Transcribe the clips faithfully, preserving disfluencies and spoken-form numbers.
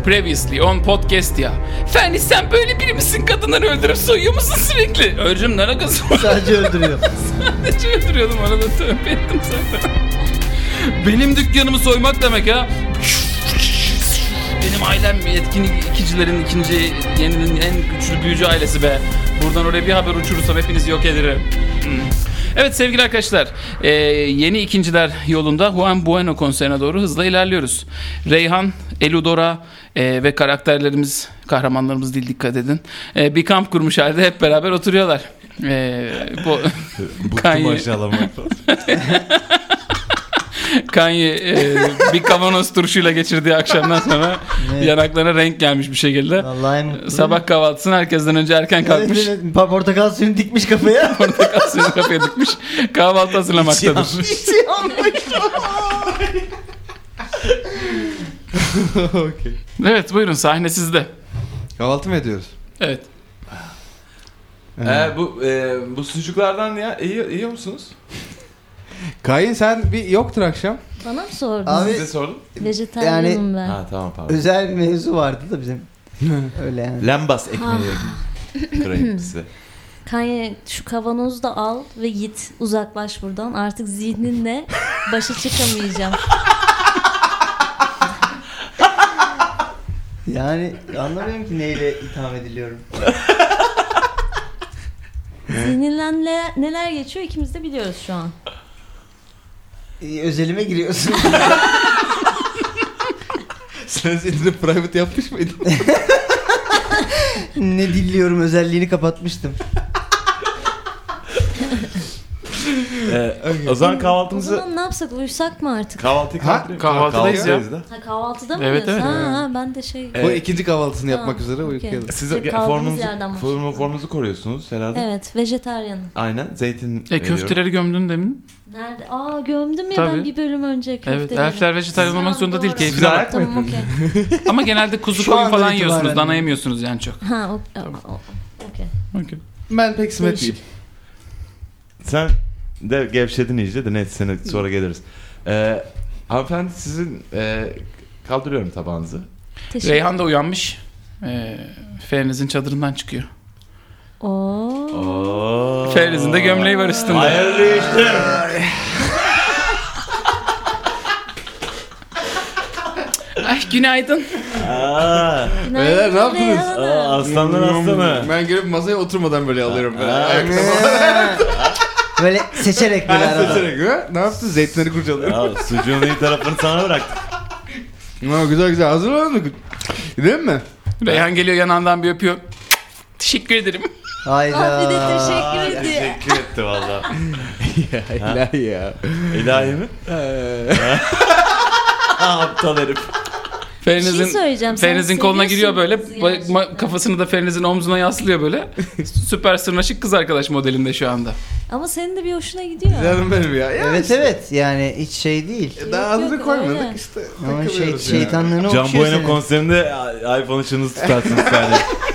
Previously on podcast ya. Ferdi sen böyle biri misin? Kadınları öldürüp soyuyor musun sürekli? Hocam ne alakası var? Sadece öldürüyor. Sadece öldürüyordum, arada tövbe ettim zaten. Benim dükkanımı soymak demek ya. Benim ailem yetkin ikicilerin ikinci yeninin en güçlü büyücü ailesi be. Buradan oraya bir haber uçurursam hepinizi yok ederim. Hmm. Evet sevgili arkadaşlar, e, yeni ikinciler yolunda Juan Bueno konserine doğru hızla ilerliyoruz. Reyhan, Eludora e, ve karakterlerimiz, kahramanlarımız değil dikkat edin. E, bir kamp kurmuş halde hep beraber oturuyorlar. E, bu Bıktım aşağılamaktan. Kanye e, bir kavanoz turşuyla geçirdiği akşamdan sonra evet. Yanaklarına renk gelmiş bir şekilde. Vallahi sabah kahvaltısını herkesten önce erken kalkmış. Evet, evet. Portakal suyunu dikmiş kafaya. Portakal suyunu kafaya dikmiş. Kahvaltı hazırlamaktadır. Hiç yanmış. Okay. Evet buyurun, sahne sizde. Kahvaltı mı ediyoruz? Evet. Ee, bu e, bu sucuklardan ya iyi yiyor musunuz? Kayin sen bir yoktur akşam. Bana mı sordun? Abi, Size sordum. Vejetaryenim yani, ben. Ha tamam pardon. özel bir mevzu vardı da bizim. Öyle yani. Lambas ekmeği kırayım size. Kanye şu kavanozu da al ve git, uzaklaş buradan. Artık zihninle başa çıkamayacağım. Yani anlamıyorum ki neyle itham ediliyorum. Zihninden ne- neler geçiyor ikimiz de biliyoruz şu an. Ee, Özelime giriyorsun. Sen seninle private yapmış mıydın? Ne dilliyorum özelliğini kapatmıştım. Ee, o zaman O kahvaltımızı zaman ne yapsak, uyusak mı artık? kahvaltıyı Ha, kaldırayım. kahvaltıdayız ya. da. Ha, kahvaltıda mı Evet, diyorsun? evet. Ha, ha, ben de şey... Evet. Bu ikinci kahvaltısını yapmak Ha, üzere okey. uyuyalım. Siz Hep kaldığımız formunuzu, yerden formu, formunuzu koruyorsunuz herhalde. Evet, vejetaryenim. Aynen. Zeytin E veriyorum. köfteleri gömdün demin. Nerede? Aa gömdüm ya Tabii. ben bir bölüm önce köfteleri. Evet, elfler vejetaryen olmak Ha, zorunda değil, doğru. keyfine Siz bak. ayak mı Tamam okey. Ama genelde kuzu Şu koyun andan falan itibaren. yiyorsunuz, dana yemiyorsunuz yani çok. Ha o- o- o- okey. Okay. Ben pek kısmet değil. Sen de gevşedin iyice de neyse sene sonra geliriz. Ee, hanımefendi sizin e, kaldırıyorum tabağınızı. Teşekkür Reyhan da uyanmış. E, Feriniz'in çadırından çıkıyor. Oo. Oo. Feriniz'in de gömleği var üstünde. Hayırlı işler. Ay günaydın. Aa, Günaydın Beyler, ne yaptınız? Reyhan Hanım. aa, aslanlar aslanı. Ben gelip masaya oturmadan böyle alıyorum. Böyle. Aa, Ayakta Böyle seçerek böyle Ben arada. seçerek ha? Ne yaptın? Zeytinleri kurcalıyorum. Ya sucuğun iyi tarafını sana bıraktık. Ha, güzel güzel. Hazır mısın? Gidelim mi? Reyhan geliyor yanağından bir öpüyor. Teşekkür ederim. Hayda. Ah bir de teşekkür ediyor. Teşekkür etti valla. Ya ilahi ya. İlahi mi? Aptal herif. Bir şey Feriniz'in söyleyeceğim. Sen Feriniz'in koluna giriyor böyle. seviyorsun ba- ma- kafasını da Feriniz'in omzuna yaslıyor böyle. Süper sırnaşık kız arkadaş modelinde şu anda. Ama senin de bir hoşuna gidiyor. Canım benim ya. ya Evet işte. evet yani hiç şey değil. Daha Yok, adını yok, koymadık öyle. işte. Ama şey, takılıyoruz ya. şeytanlığını Can okşuyor Bueno seni. konserinde iPhone ışığınızı tutarsınız yani.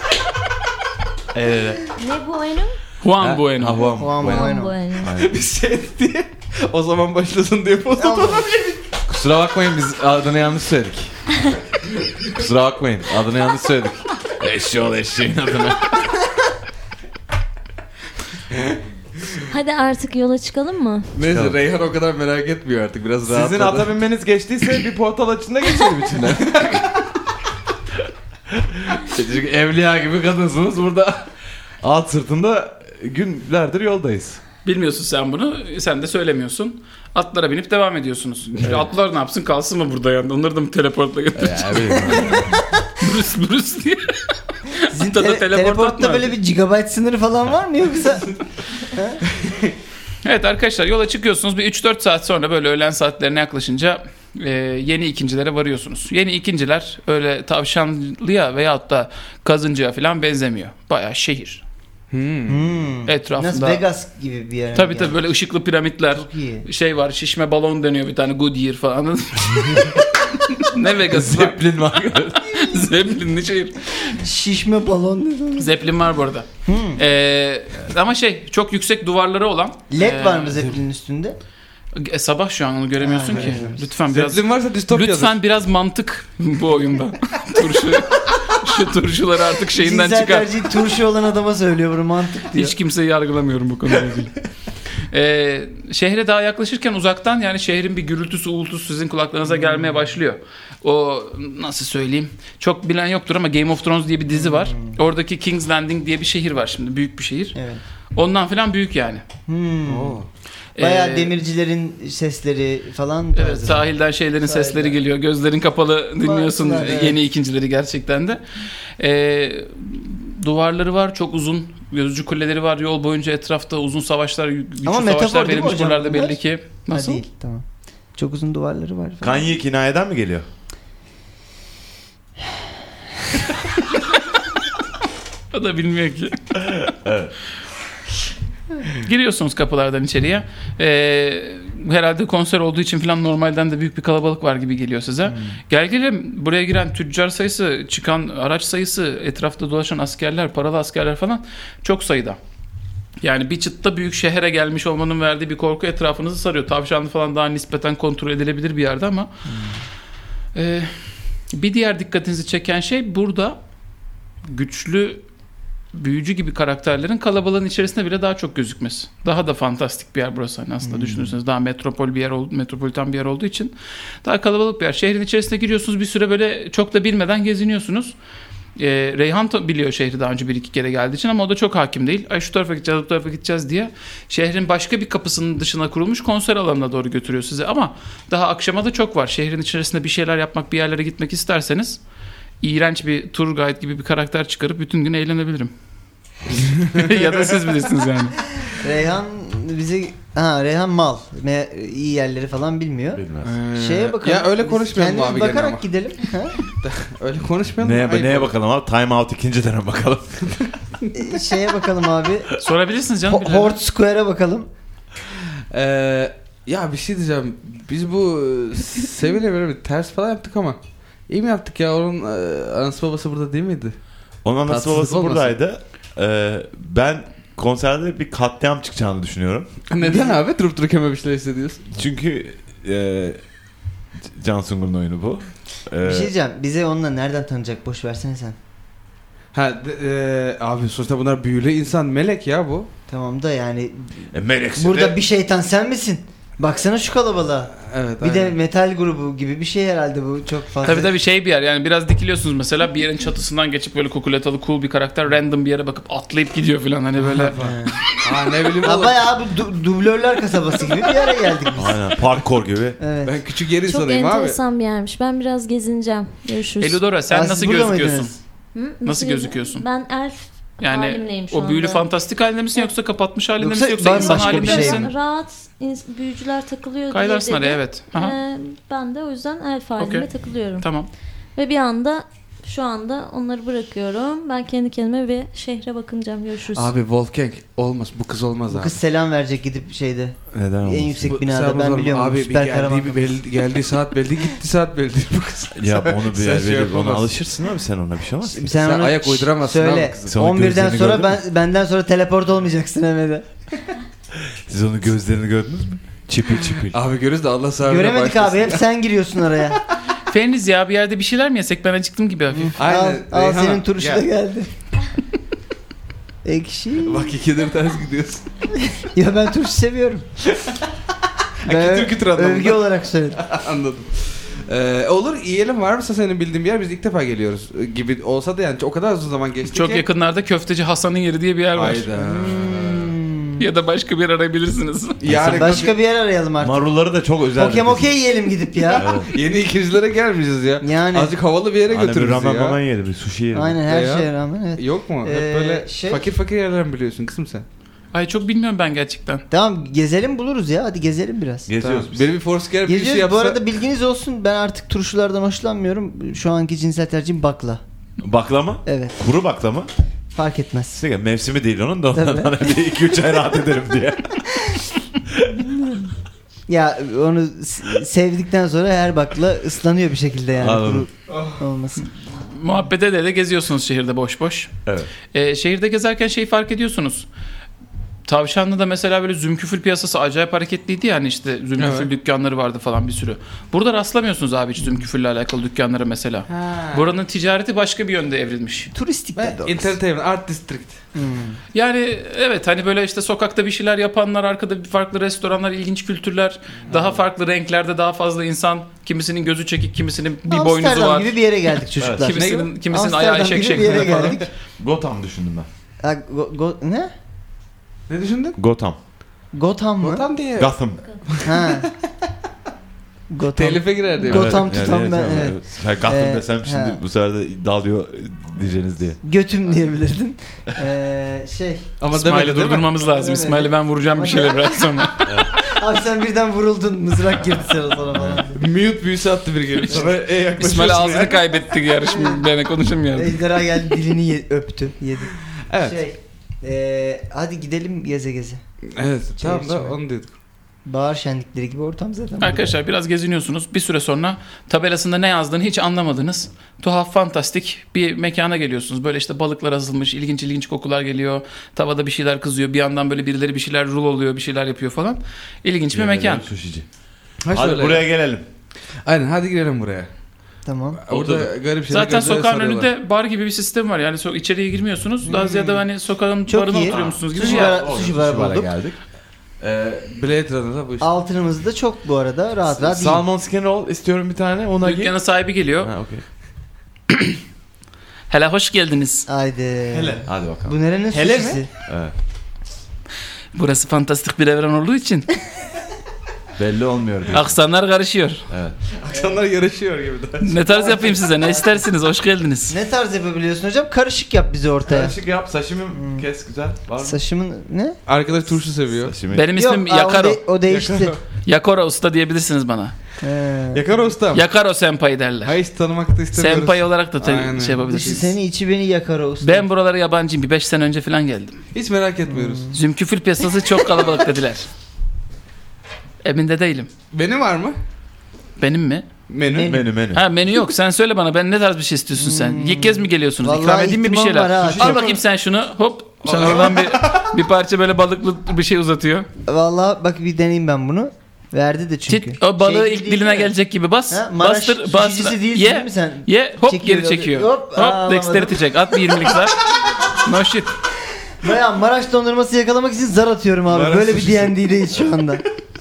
Evet. Ne bu oyunum? Juan Ha, Bueno. ha, Juan Juan Bueno. Bueno. Bu oyunum. Bir şey diye. O zaman başlasın diye fotoğraf. Kusura bakmayın biz adını yanlış söyledik. Kusura bakmayın adını yanlış söyledik. Eşşoğlu eşeğin adını. Hadi artık yola çıkalım mı? Neyse Çıkalım. Reyhan o kadar merak etmiyor artık. Biraz rahatladı. Sizin ata binmeniz geçtiyse bir portal açın da geçelim içinden. Çünkü evliya gibi kadınsınız burada. Alt sırtında günlerdir yoldayız. Bilmiyorsun sen bunu. Sen de söylemiyorsun. Atlara binip devam ediyorsunuz. Evet. Atlar ne yapsın? Kalsın mı burada yani? Onları da mı teleportla götüreceksin? Bruce Bruce diye. Sizin Atta da tele- teleport teleportta atma. böyle bir gigabyte sınırı falan var mı yoksa? Evet arkadaşlar yola çıkıyorsunuz. Bir üç dört saat sonra böyle öğlen saatlerine yaklaşınca e, yeni ikincilere varıyorsunuz. Yeni ikinciler öyle tavşanlıya veyahut da kazıncıya falan benzemiyor. Bayağı şehir. Hmm. Hmm. Etrafında. Nasıl Vegas gibi bir yer. Tabii yani. tabii böyle ışıklı piramitler. Çok iyi. Şey var, şişme balon deniyor bir tane, Goodyear falan. Ne Vegas var? Zeppelin var. Zeppelin'li şehir. Şişme balon ne? Zeppelin var bu arada. Hmm. Ee, ama şey çok yüksek duvarları olan. Led ee, var mı Zeppelin'in üstünde? E, sabah şu an onu göremiyorsun Ha, ki. göremiyoruz. Lütfen biraz Zeplin varsa distopyadır. lütfen biraz mantık bu oyunda. Turşu şu turşuları artık şeyinden Cinsel çıkar. tercih turşu olan adama söylüyor bunu, mantık diyor. Hiç kimseyi yargılamıyorum bu konuyla ilgili. Ee, şehre daha yaklaşırken uzaktan yani şehrin bir gürültüsü uğultusu sizin kulaklarınıza gelmeye başlıyor. O nasıl söyleyeyim, çok bilen yoktur ama Game of Thrones diye bir dizi var. Oradaki King's Landing diye bir şehir var şimdi, büyük bir şehir. Evet. Ondan falan büyük yani. Hmm. Oo. Bayağı Ee, demircilerin sesleri falan. Evet, tarzı. sahilden şeylerin Sahilden. sesleri geliyor. Gözlerin kapalı dinliyorsun Var, evet. yeni ikincileri gerçekten de. Ee, duvarları var, çok uzun. Gözcü kuleleri var yol boyunca, etrafta uzun savaşlar, güçlü Ama metafor savaşlar değil mi verilmiş hocam buralarda bunlar? belli ki. Ha, Nasıl? değil, tamam. Çok uzun duvarları var falan. Kanye kinayeden mi geliyor? O da bilmiyor ki. Giriyorsunuz kapılardan içeriye. Ee, herhalde konser olduğu için falan normalden de büyük bir kalabalık var gibi geliyor size. Hmm. Gel gelelim, buraya giren tüccar sayısı, çıkan araç sayısı, etrafta dolaşan askerler, paralı askerler falan çok sayıda. Yani bir çıtta büyük şehre gelmiş olmanın verdiği bir korku etrafınızı sarıyor. Tavşanlı falan daha nispeten kontrol edilebilir bir yerde ama ee, bir diğer dikkatinizi çeken şey burada güçlü büyücü gibi karakterlerin kalabalığın içerisinde bile daha çok gözükmesi. Daha da fantastik bir yer burası hani aslında düşünürseniz. Daha metropol bir yer oldu, metropolitan bir yer olduğu için daha kalabalık bir yer. Şehrin içerisine giriyorsunuz, bir süre böyle çok da bilmeden geziniyorsunuz. Ee, Reyhan da biliyor şehri daha önce bir iki kere geldiği için ama o da çok hakim değil. Ay şu tarafa gideceğiz, bu tarafa gideceğiz diye şehrin başka bir kapısının dışına kurulmuş konser alanına doğru götürüyor sizi. Ama daha akşama da çok var. Şehrin içerisinde bir şeyler yapmak, bir yerlere gitmek isterseniz iğrenç bir tour guide gibi bir karakter çıkarıp bütün gün eğlenebilirim. Ya da siz bilirsiniz yani. Reyhan bizi ha Reyhan mal. Me- iyi yerleri falan bilmiyor. Bilmez. Ee, Şeye bakalım. Ya öyle konuşmayalım Kendimiz abi gene bakarak ama. gidelim. Ha? Öyle konuşmayalım. Neye, Ayıp neye olur. bakalım abi? Time Out ikinci dönem bakalım. Ee, Şeye bakalım abi. Sorabilirsiniz canım. Ho- birilerine. Hort Square'a bakalım. Ee, ya bir şey diyeceğim. Biz bu e, Sevil'e böyle bir ters falan yaptık ama iyi mi yaptık ya? Onun e, anası babası burada değil miydi? Onun anası Tatsızlık babası olmasın. buradaydı. Ee, ben konserde bir katliam çıkacağını düşünüyorum. Neden abi? Durup dururken bir şeyler hissediyorsun. Çünkü e, Can Sungur'un oyunu bu. Ee, Bir şey diyeceğim. Bize onunla nereden tanıyacak? Boş versene sen. Ha de- e, abi sonuçta bunlar büyülü insan, melek ya bu. Tamam da yani e, Meleksin burada de- bir şeytan sen misin? Baksana şu kalabalığa. Evet. Bir de aynen. metal grubu gibi bir şey herhalde bu. Çok fazla. Tabii tabii şey bir yer yani biraz dikiliyorsunuz mesela bir yerin çatısından geçip böyle kukuletalı cool bir karakter random bir yere bakıp atlayıp gidiyor falan hani böyle. He. Ha ne bileyim Ha, oğlum. bayağı bir du- dublörler kasabası gibi bir yere geldik biz. Aynen parkour gibi. Evet. Ben küçük yer Çok insanıyım abi. enteresan bir yermiş. Ben biraz gezineceğim. Görüşürüz. Eludora sen Aa, siz nasıl burada gözüküyorsun? mıydınız? Hı? Nasıl göz- gözüküyorsun? Ben elf Yani halimleyim şu o büyülü anda. fantastik halinde misin yoksa kapatmış halinde Yoksa misin yoksa bambaşka insan halinde bir şey misin? mi? Rahat ins- büyücüler takılıyor Kaydarsın diye dedi. araya evet. Aha, Ee, ben de o yüzden elf halime Okey. takılıyorum. tamam. Ve bir anda şu anda onları bırakıyorum. Ben kendi kendime bir şehre bakınacağım. Görüşürüz. Abi Wolfgang olmaz. Bu kız olmaz Bu abi. kız selam verecek gidip şeyde. Neden En olmasın? yüksek Bu- binada sen ben bozalım. biliyorum. Abi bir Süper geldiği, kahraman. bir belli, geldiği saat belli, gitti saat belli bu kız. Ya onu bir Sen yer şey verip ona yapamazsın. alışırsın abi sen ona bir şey olmaz. Sen, Sen onu ayak uyduramazsın söyle. abi kızım. Sonra on birden gözlerini sonra gördün ben benden sonra teleport olmayacaksın Emre'de. Siz onun gözlerini gördünüz mü? Çipil çipil. Abi görürüz de Allah sahibi. Göremedik abi, hep sen giriyorsun araya. Feniz ya bir yerde bir şeyler mi yesek, ben acıktım gibi hafif. al, Aynen. al Reyhan'a, senin turşu da gel. geldi. Ekşi. Bak ikidir ters gidiyorsun. Ya ben turşu seviyorum. Ben kütür kütür anlamında. övgü olarak söyledim. Anladım. Ee, olur yiyelim, var mı senin bildiğin bir yer? Biz ilk defa geliyoruz gibi olsa da yani o kadar uzun zaman geçti Çok ki. yakınlarda Köfteci Hasan'ın yeri diye bir yer var. Hayda. Hmm. Ya da başka bir yer arayabilirsiniz. Yani Başka bir yer arayalım artık. Marulları da çok özel. Poke moke yiyelim gidip ya. yeni ikincilere gelmeyeceğiz ya. Yani. Azıcık havalı bir yere Hani bir götürürüz ramen ya. mamen yiyelim, bir sushi yiyelim. Aynen her Ya. şeye rağmen evet. Yok mu? Ee, Hep böyle şey- fakir fakir yerler mi biliyorsun kızım sen? Ay çok bilmiyorum ben gerçekten. Tamam gezelim buluruz ya, hadi gezelim biraz. Geziyoruz Tamam. biz. Benim bir Foursquare bir Geziyoruz. şey yapsa. Bu arada bilginiz olsun, ben artık turşulardan hoşlanmıyorum. Şu anki cinsel tercihim bakla. Baklama? Evet, Kuru baklama. fark etmez. İşte mevsimi değil onun da ondan Evet. hani bir iki üç ay rahat ederim diye. Ya onu s- sevdikten sonra her bakla ıslanıyor bir şekilde yani. Anladım. Kuru olmasın. Muhabbete de de geziyorsunuz şehirde boş boş. Evet. Ee, şehirde gezerken şeyi fark ediyorsunuz. Tavşanlı'da mesela böyle zümküfül piyasası acayip hareketliydi yani işte zümküfül Evet. dükkanları vardı falan bir sürü. Burada rastlamıyorsunuz abi hiç zümküfülle alakalı dükkanlara mesela. Buranın ticareti başka bir yönde evrilmiş. Turistik Ve de doğru. Entertainment Art District. Hmm. Yani evet hani böyle işte sokakta bir şeyler yapanlar, arkada bir farklı restoranlar, ilginç kültürler, daha farklı renklerde daha fazla insan. Kimisinin gözü çekik, kimisinin bir boynuzu Amsterdam var. gibi bir yere geldik çocuklar. Kimisinin, kimisinin Amsterdam ayağı eşek gibi bir yere şeklinde falan. geldik. Gotham düşündüm ben. Ha, go- go- ne? Ne düşündün? Gotham. Gotham mı? Gotham diye. Gotham. Ha. Gotham. Telife girer diye. Gotham Evet, tutan yani ben, evet, evet. evet. Gotham Ee, desem şimdi ha. bu sefer de dalıyor diyeceğiniz diye. Götüm diyebilirdin. Ee, şey. Ama İsmail'i demedi değil mi? durdurmamız lazım. Evet. İsmail'i ben vuracağım bir şeyler biraz sonra. Abi sen birden vuruldun. Mızrak girdi sana sonra falan. Mute büyüsü attı biri gelip sana e yaklaşıyorsun. İsmail ağzını ya. kaybettik yarışma. Ben konuşamıyorum. Ejderha geldi dilini ye- öptü. Yedi. Evet. Şey. ee, hadi gidelim geze geze. Evet. Tamam da çevir. onu dedik. Bahar şenlikleri gibi ortam zaten. Arkadaşlar biraz geziniyorsunuz. Bir süre sonra tabelasında ne yazdığını hiç anlamadınız. Tuhaf, fantastik bir mekana geliyorsunuz. Böyle işte balıklar asılmış, ilginç ilginç kokular geliyor. Tavada bir şeyler kızıyor. Bir yandan böyle birileri bir şeyler rul oluyor, bir şeyler yapıyor falan. İlginç bir mekan. Sushici. Ha Hadi şöyle. buraya gelelim. Aynen hadi girelim buraya. Tamam. Orada Orada garip şeyler Zaten gözlere sokağın sarıyorlar. önünde bar gibi bir sistem var. Yani so- içeriye girmiyorsunuz. Daha ziyade hani sokağın Çok barına iyi. oturuyormuşsunuz gibi. Sushi bir yer. bar- Orada sushi bar bara bulduk. geldik. Ee, Blade Runner'da bu işte. Altınımız da çok bu arada. Rahat rahat değil. Salmon skin roll istiyorum bir tane. Ona git. Dükkanın sahibi geliyor. Ha okey. Hele hoş geldiniz. Haydi. Hele. Hadi bakalım. Bu nerenin Hele sushisi? mi? Evet. Burası fantastik bir evren olduğu için Belli olmuyor. diyor. aksanlar karışıyor. Evet. Akşamlar yarışıyor gibi de. Ne tarz yapayım size? Ne istersiniz? Hoş geldiniz. Ne tarz yapabiliyorsun hocam? Karışık yap bizi ortaya. Karışık yap. Sashimi kes güzel. Var mı? Saçımın ne? Arkadaş turşu seviyor. Sashimi. Benim ismim Yok, aa, o, Yakaro. de- o değişti. Yakaro Usta diyebilirsiniz bana. He. Yakar ustam. Yakaro Senpai derler. Hayır tanımak da istemiyoruz. Senpai olarak da te- Aynen. şey İçi yapabilirsiniz. seni içi beni yakar o usta. Ben buralara yabancıyım. Bir beş sene önce falan geldim. Hiç merak etmiyoruz. Zümküfül piyasası çok kalabalık dediler. Emin de değilim. Benim var mı? Benim mi? Menü. Menü. Menü menü. Ha menü yok. Sen söyle bana. Ben ne tarz bir şey istiyorsun sen? İlk kez mi geliyorsunuz? Vallahi İkram edeyim mi bir ihtimam şeyler? var ha. Al Çok- bakayım sen şunu. Hop. Sen oradan bir bir parça böyle balıklı bir şey uzatıyor. Vallahi bak bir deneyeyim ben bunu. Verdi de çünkü. Tit, o balığı Şey ilk değil diline mi? gelecek gibi bas. Ha, Maraş bastır, sushicisi bastır. değilsin Ye. değil mi sen? Ye. Hop Çekiyor, geri çekiyor. hop, Hop, aa, dexterity check. At bir yirmilik zar. No shit. Bayağı Maraş dondurması yakalamak için zar atıyorum abi. Maraş Böyle bir sushisi. D and D'deyiz şu anda.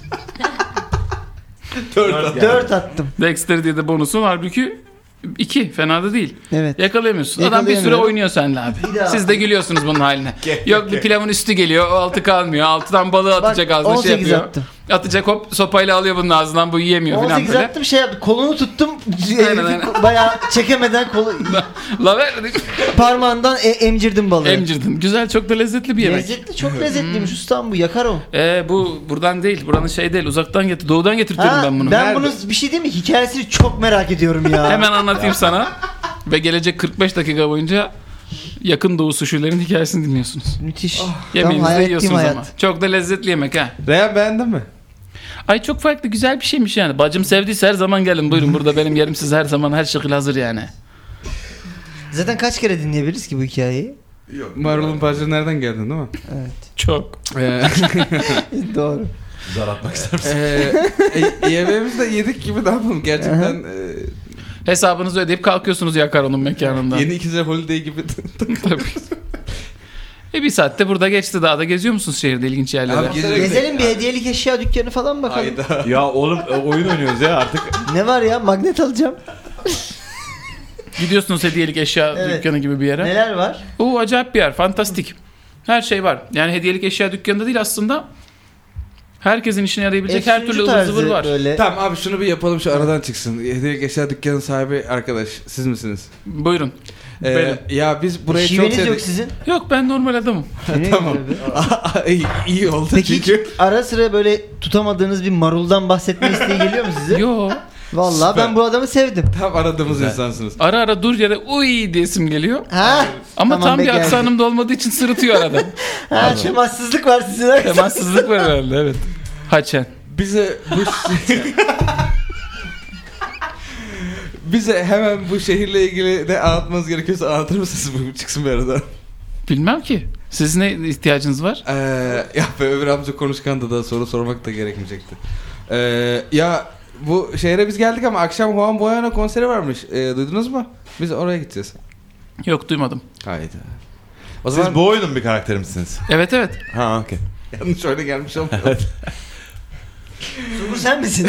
Dört. Dört attım. Dexterity'de de bonusun halbuki iki. Fena da değil. Evet. Yakalayamıyorsun. Adam bir süre Yakalayamıyorum. oynuyor seninle abi. Bir daha. Siz de gülüyorsunuz bunun haline. Gel, Yok gel. bir pilavın üstü geliyor. O altı kalmıyor. Altıdan balığı atacak Bak, ağzına on şey sekiz yapıyor. attım. Atacak hop sopayla alıyor bunun ağzından. Bu yiyemiyor on falan sekiz böyle. attım şey yaptım. Kolunu tuttum. Aynen, aynen. Bayağı çekemeden kolu La ver. parmağından e- emcirdim balığı. Emcirdin. Güzel çok da lezzetli bir yemek. Lezzetli, çok lezzetliymiş ustam bu. Yakar o. Ee, bu buradan değil. Buranın şey değil. Uzaktan getir. Doğudan getirtiyorum Ha, ben bunu. ben Nerede? bunun bir şey değil mi? Hikayesini çok merak ediyorum ya. Hemen anlatayım sana. Ve gelecek kırk beş dakika boyunca yakın doğu suşilerin hikayesini dinliyorsunuz. Müthiş. Yemeğinizi de hayat yiyorsunuz değil mi ama. hayat? Çok da lezzetli yemek ha. Reyhan beğendin mi? Ay çok farklı güzel bir şeymiş yani. Bacım sevdiyse her zaman gelin buyurun. Burada benim yerim siz her zaman her şekil hazır yani. Zaten kaç kere dinleyebiliriz ki bu hikayeyi? Yok. Marul'un parçası nereden geldin değil mi? Evet. Çok. Ee, Doğru. Zar atmak ister misin? e, e, yemeğimizi de yedik gibi ne yapalım? Gerçekten e, Hesabınızı ödeyip kalkıyorsunuz Yakaro'nun mekanından. yeni ikizler holiday gibi. Tabii. E bir saatte burada geçti. Daha da geziyor musunuz şehirde ilginç yerlere? Abi, gezelim. Gezelim bir hediyelik eşya dükkanı falan bakalım. Hayda. Ya oğlum e, oyun oynuyoruz ya artık. Ne var ya? Magnet alacağım. Gidiyorsunuz hediyelik eşya Evet. dükkanı gibi bir yere. Neler var? Oo acayip bir yer. Fantastik. Her şey var. Yani hediyelik eşya dükkanında değil aslında. Herkesin işine yarayabilecek her türlü Efsuncu ıvır tarzı zıvır var. Böyle. Tamam abi şunu bir yapalım şu aradan çıksın. Hediye eşya dükkanının sahibi arkadaş siz misiniz? Buyurun. Ee, Benim. ya biz burayı çok Şiveniz yok sevdik. sizin. Yok ben normal adamım. Ne Tamam. güzel be. iyi, iyi oldu Peki hiç çünkü. ara sıra böyle tutamadığınız bir maruldan bahsetme isteği geliyor mu size? Yo. Vallahi Süper. ben bu adamı sevdim. Tam aradığımız Güzel. insansınız. Ara ara dur yere uy diyesim geliyor. Ha? Ama Tamam tam be, bir geldi. aksanımda olmadığı için sırıtıyor arada. Ha, temassızlık var sizin. Temassızlık var herhalde evet. Haçen. Bize bu Bize hemen bu şehirle ilgili ne anlatmanız gerekiyorsa anlatır mısınız bu çıksın bir arada? Bilmem ki. Siz ne ihtiyacınız var? Ee, ya be, öbür amca konuşkan da daha soru sormak da gerekmeyecekti. Ee, ya bu şehre biz geldik ama akşam Juan Boyano konseri varmış. Ee, duydunuz mu? Biz oraya gideceğiz. Yok, duymadım. Haydi. O Siz zaman bu oyunun bir karakteri misiniz? Evet evet. Ha okey. yanlış öyle gelmiş olmuyor. Sungur sen misin?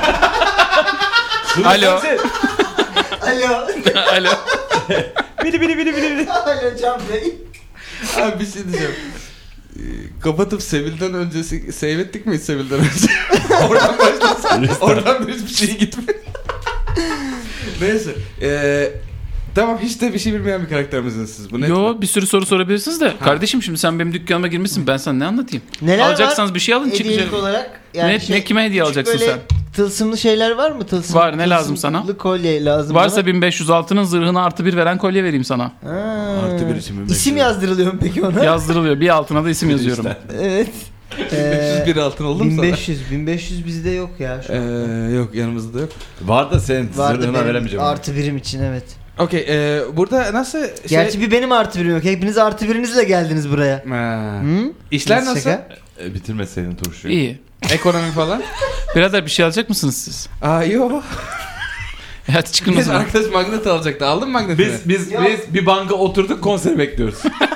Alo. Alo. Alo. Bili bili bili bili. Alo Can Bey. Abi bir şey diyeceğim. Ee, Kapatıp Sevil'den öncesi save ettik mi hiç Sevil'den önce? Oradan başlasın. Oradan bir hiçbir şey gitmiyor. Neyse. Ee, tamam, hiç de bir şey bilmeyen bir karakter misiniz siz? Bu net mi? Yo, bir sürü soru sorabilirsiniz de. Kardeşim şimdi sen benim dükkanıma girmişsin. Ben sana ne anlatayım? Neler Alacaksanız var? bir şey alın, Hediyelik çıkacak. olarak. Ne- ne, kime hediye küçük alacaksın böyle sen? Tılsımlı şeyler var mı? Tılsım, Var, ne lazım sana? tılsımlı kolye lazım Varsa bana. bin beş yüz altının zırhına artı bir veren kolye vereyim sana. Ha. Artı bir için bin beş yüz. İsim yazdırılıyor mu peki ona? Yazdırılıyor. Bir altına da isim yazıyorum. Evet. beş yüz bir altın oldu mu sana? bin beş yüz. bin beş yüz bizde yok ya şu an. Ee, yok, yanımızda da yok. Var da senin Vardı zırhına benim veremeyeceğim. artı birim için, evet. Okey, e, burada nasıl şey... Gerçi bir benim artı birim yok. Hepiniz artı birinizle geldiniz buraya. Ha. Hı? İşler nasıl? Şaka? E, bitirmeseydin turşuyu. İyi. Ekonomi falan? Birader bir şey alacak mısınız siz? Aa yok. E hadi çıkın o Biz zaman. arkadaş magnet alacaktı. Aldın mı magnetini? Biz biz Yok. biz bir banka oturduk, konser bekliyoruz.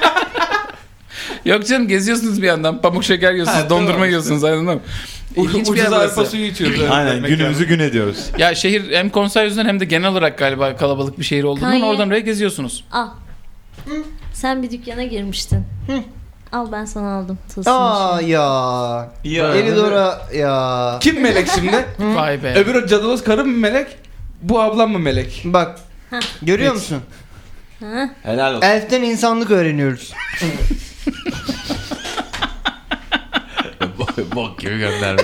Yok canım, geziyorsunuz bir yandan. Pamuk şeker yiyorsunuz, Ha, dondurma tamam yiyorsunuz. Aynen öyle. İlginç bir yer Ucuz arpa burası. suyu içiyoruz. evet. Aynen, Mekan. günümüzü gün ediyoruz. Ya şehir hem konser yüzünden hem de genel olarak galiba kalabalık bir şehir olduğundan Kanye. oradan oraya geziyorsunuz. Al. Sen bir dükkana girmiştin. Al, ben sana aldım. Tılsım Aa işi. ya. Ya. Elidora ya. Kim melek şimdi? Vay be. Öbür o cadılos karı mı melek? Bu ablam mı melek? Bak. Heh. Görüyor Hiç. musun? Ha? Helal olsun. Elf'ten insanlık öğreniyoruz. Bok gibi gönderme.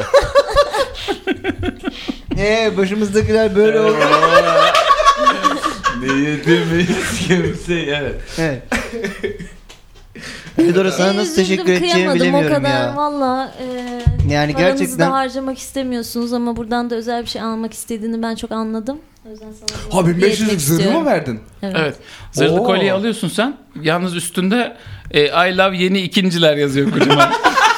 Eee başımızdakiler böyle oldu. Niyetimiz kimse, evet. Evet. Elidora sana Ee, nasıl üzüldüm, teşekkür edeceğimi kıyamadım. bilemiyorum O kadar ya. valla e, Yani paranızı gerçekten- da harcamak istemiyorsunuz ama buradan da özel bir şey almak istediğini ben çok anladım. O yüzden sana bu Ha bin hediye beş yüzlük etmek zırhı istiyorum. mı verdin? Evet. Evet. Zırhlı Oo. kolyeyi alıyorsun sen. Yalnız üstünde e, I love yeni ikinciler yazıyor kocaman.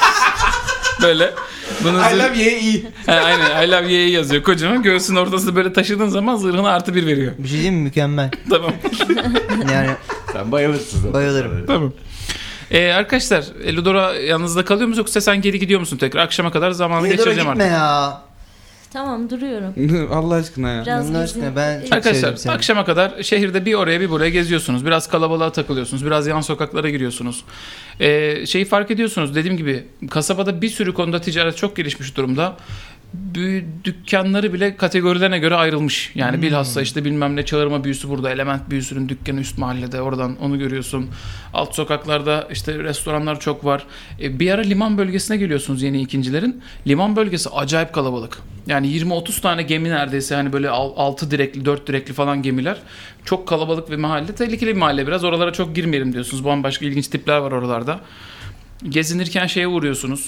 Böyle. Bunu I zırh- love ye iyi. Ha, aynen I love Y'yi yazıyor kocaman. Göğsün ortasında böyle taşıdığın zaman zırhına artı bir veriyor. Bir şey diyeyim mi? Mükemmel. Tamam. Yani Sen bayılırsın zaten. Bayılırım. Tamam. Ee, arkadaşlar Elidora yanınızda kalıyor musun yoksa sen geri gidiyor musun tekrar? Akşama kadar zamanı Elidora geçireceğim gitme artık. ya. Tamam, duruyorum. Allah aşkına ya. Biraz Allah gezin. aşkına, ben çok Arkadaşlar sevdim seni. akşama kadar şehirde bir oraya bir buraya geziyorsunuz. Biraz kalabalığa takılıyorsunuz. Biraz yan sokaklara giriyorsunuz. Ee, şeyi fark ediyorsunuz. Dediğim gibi kasabada bir sürü konuda ticaret çok gelişmiş durumda. Büyü, dükkanları bile kategorilerine göre ayrılmış. Yani Hmm. bilhassa işte bilmem ne çağırma büyüsü burada. Element büyüsünün dükkanı üst mahallede. Oradan onu görüyorsun. Alt sokaklarda işte restoranlar çok var. Ee, bir ara liman bölgesine geliyorsunuz yeni ikincilerin. Liman bölgesi acayip kalabalık. Yani yirmi otuz tane gemi neredeyse. Hani böyle altı direkli dört direkli falan gemiler. Çok kalabalık bir mahalle. Tehlikeli bir mahalle biraz. Oralara çok girmeyelim diyorsunuz. Bambaşka ilginç tipler var oralarda. Gezinirken şeye uğruyorsunuz.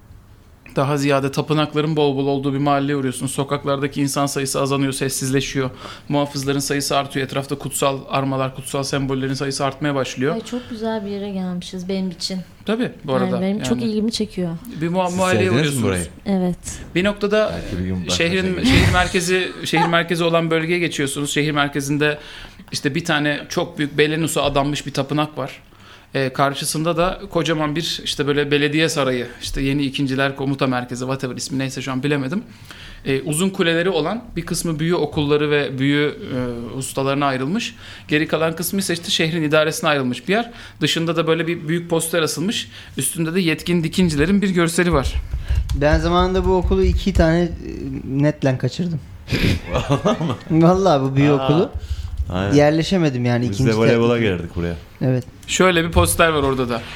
Daha ziyade tapınakların bol bol olduğu bir mahalleye uğruyorsunuz. Sokaklardaki insan sayısı azalıyor, sessizleşiyor. Muhafızların sayısı artıyor. Etrafta kutsal armalar, kutsal sembollerin sayısı artmaya başlıyor. Ay, çok güzel bir yere gelmişiz benim için. Tabii bu arada. Yani benim yani çok ilgimi çekiyor. bir muha- Siz mahalleye sevdiniz mi uğruyorsunuz. burayı? Evet. Bir noktada Belki bir gün başka şehrin şey şehir merkezi şehir merkezi olan bölgeye geçiyorsunuz. Şehir merkezinde işte bir tane çok büyük Belenus'a adanmış bir tapınak var. Ee, karşısında da kocaman bir işte böyle belediye sarayı, işte yeni ikinciler komuta merkezi, whatever ismi neyse şu an bilemedim. Ee, uzun kuleleri olan bir kısmı büyü okulları ve büyü e, ustalarına ayrılmış. Geri kalan kısmı ise işte şehrin idaresine ayrılmış bir yer. Dışında da böyle bir büyük poster asılmış. Üstünde de yetkin dikincilerin bir görseli var. Ben zamanında bu okulu iki tane e, netle kaçırdım. Vallahi bu büyü Aa, okulu. Aynen. Yerleşemedim yani Biz ikinci de voleybola ter- gelirdik buraya. Evet. Şöyle bir poster var orada da.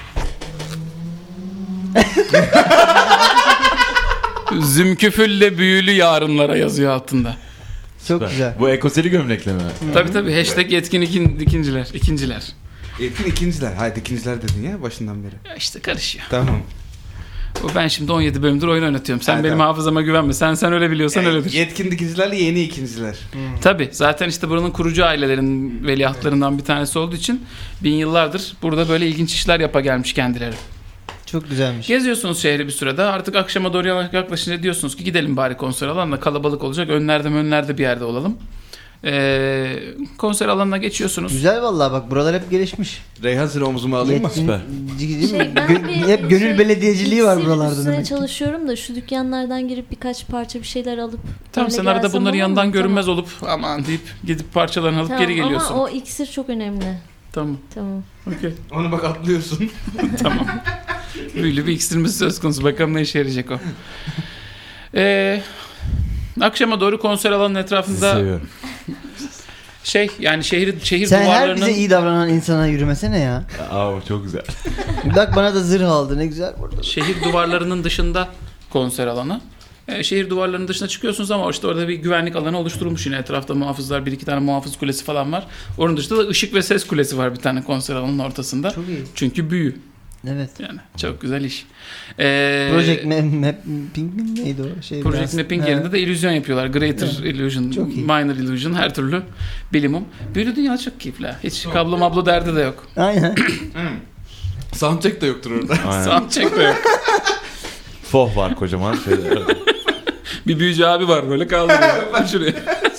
Zümküfülle büyülü yarınlara yazıyor altında. Çok Süper. güzel. Bu ekoseli gömlekle mi? Tabii tabii hashtag yetkin ikin, ikinciler. ikinciler. Yetin ikinciler. Haydi ikinciler dedin ya başından beri. Ya işte karışıyor. Tamam. Ben şimdi on yedi bölümdür oyun oynatıyorum. Sen Evet, benim tamam. hafızama güvenme. Sen sen öyle biliyorsan Yani öyledir. yetkin dikicilerle yeni ikinciler. Tabii. Zaten işte buranın kurucu ailelerin veliahtlarından bir tanesi olduğu için bin yıllardır burada böyle ilginç işler yapa gelmiş kendileri. Çok güzelmiş. Geziyorsunuz şehri bir sürede. Artık akşama doğru yaklaşınca diyorsunuz ki gidelim bari konser alanına. Kalabalık olacak. Önlerde önlerde bir yerde olalım. Ee, konser alanına geçiyorsunuz. Güzel vallahi bak buralar hep gelişmiş. Reyhan seni omzuma alayım mı? Yetkin- Süper. değil mi? Şey, ben Gö- bir hep gönül şey, belediyeciliği var iksir buralarda üstüne demek ki. çalışıyorum da şu dükkanlardan girip birkaç parça bir şeyler alıp Tamam öyle sen arada gelsem bunların olur mu? yanından görünmez Tamam. olup aman deyip gidip parçalarını alıp Tamam, geri geliyorsun. Ama o iksir çok önemli. Tamam. Tamam. Okey. Onu bak atlıyorsun. Tamam. Büyülü bir iksirimiz söz konusu. Bakalım ne işe yarayacak o. Ee, akşama doğru konser alanının etrafında Seviyorum. şey yani şehir şehir Sen her duvarlarının bize iyi davranan insana yürümesene ya. Aa çok güzel. Bak bana da zırh aldı ne güzel burada. şehir duvarlarının dışında konser alanı. Ee, şehir duvarlarının dışına çıkıyorsunuz ama işte orada bir güvenlik alanı oluşturulmuş yine. Etrafta muhafızlar, bir iki tane muhafız kulesi falan var. Onun dışında da ışık ve ses kulesi var bir tane konser alanının ortasında. Çok iyi. Çünkü büyü. Evet. Yani çok güzel iş. Ee, Project Map- Mapping mi neydi o şey? Project biraz- Mapping He. yerinde de illüzyon yapıyorlar. Greater Evet. Illusion, Çok iyi. Minor Illusion, her türlü bilimum. Büyülü dünya çok keyifli. ha. Hiç kablo mablo derdi de yok. Aynen. Soundcheck de yoktur orada. Aynen. Soundcheck de yok. Foh var kocaman. Şöyle. Bir büyücü abi var böyle kaldırıyor. Şuraya.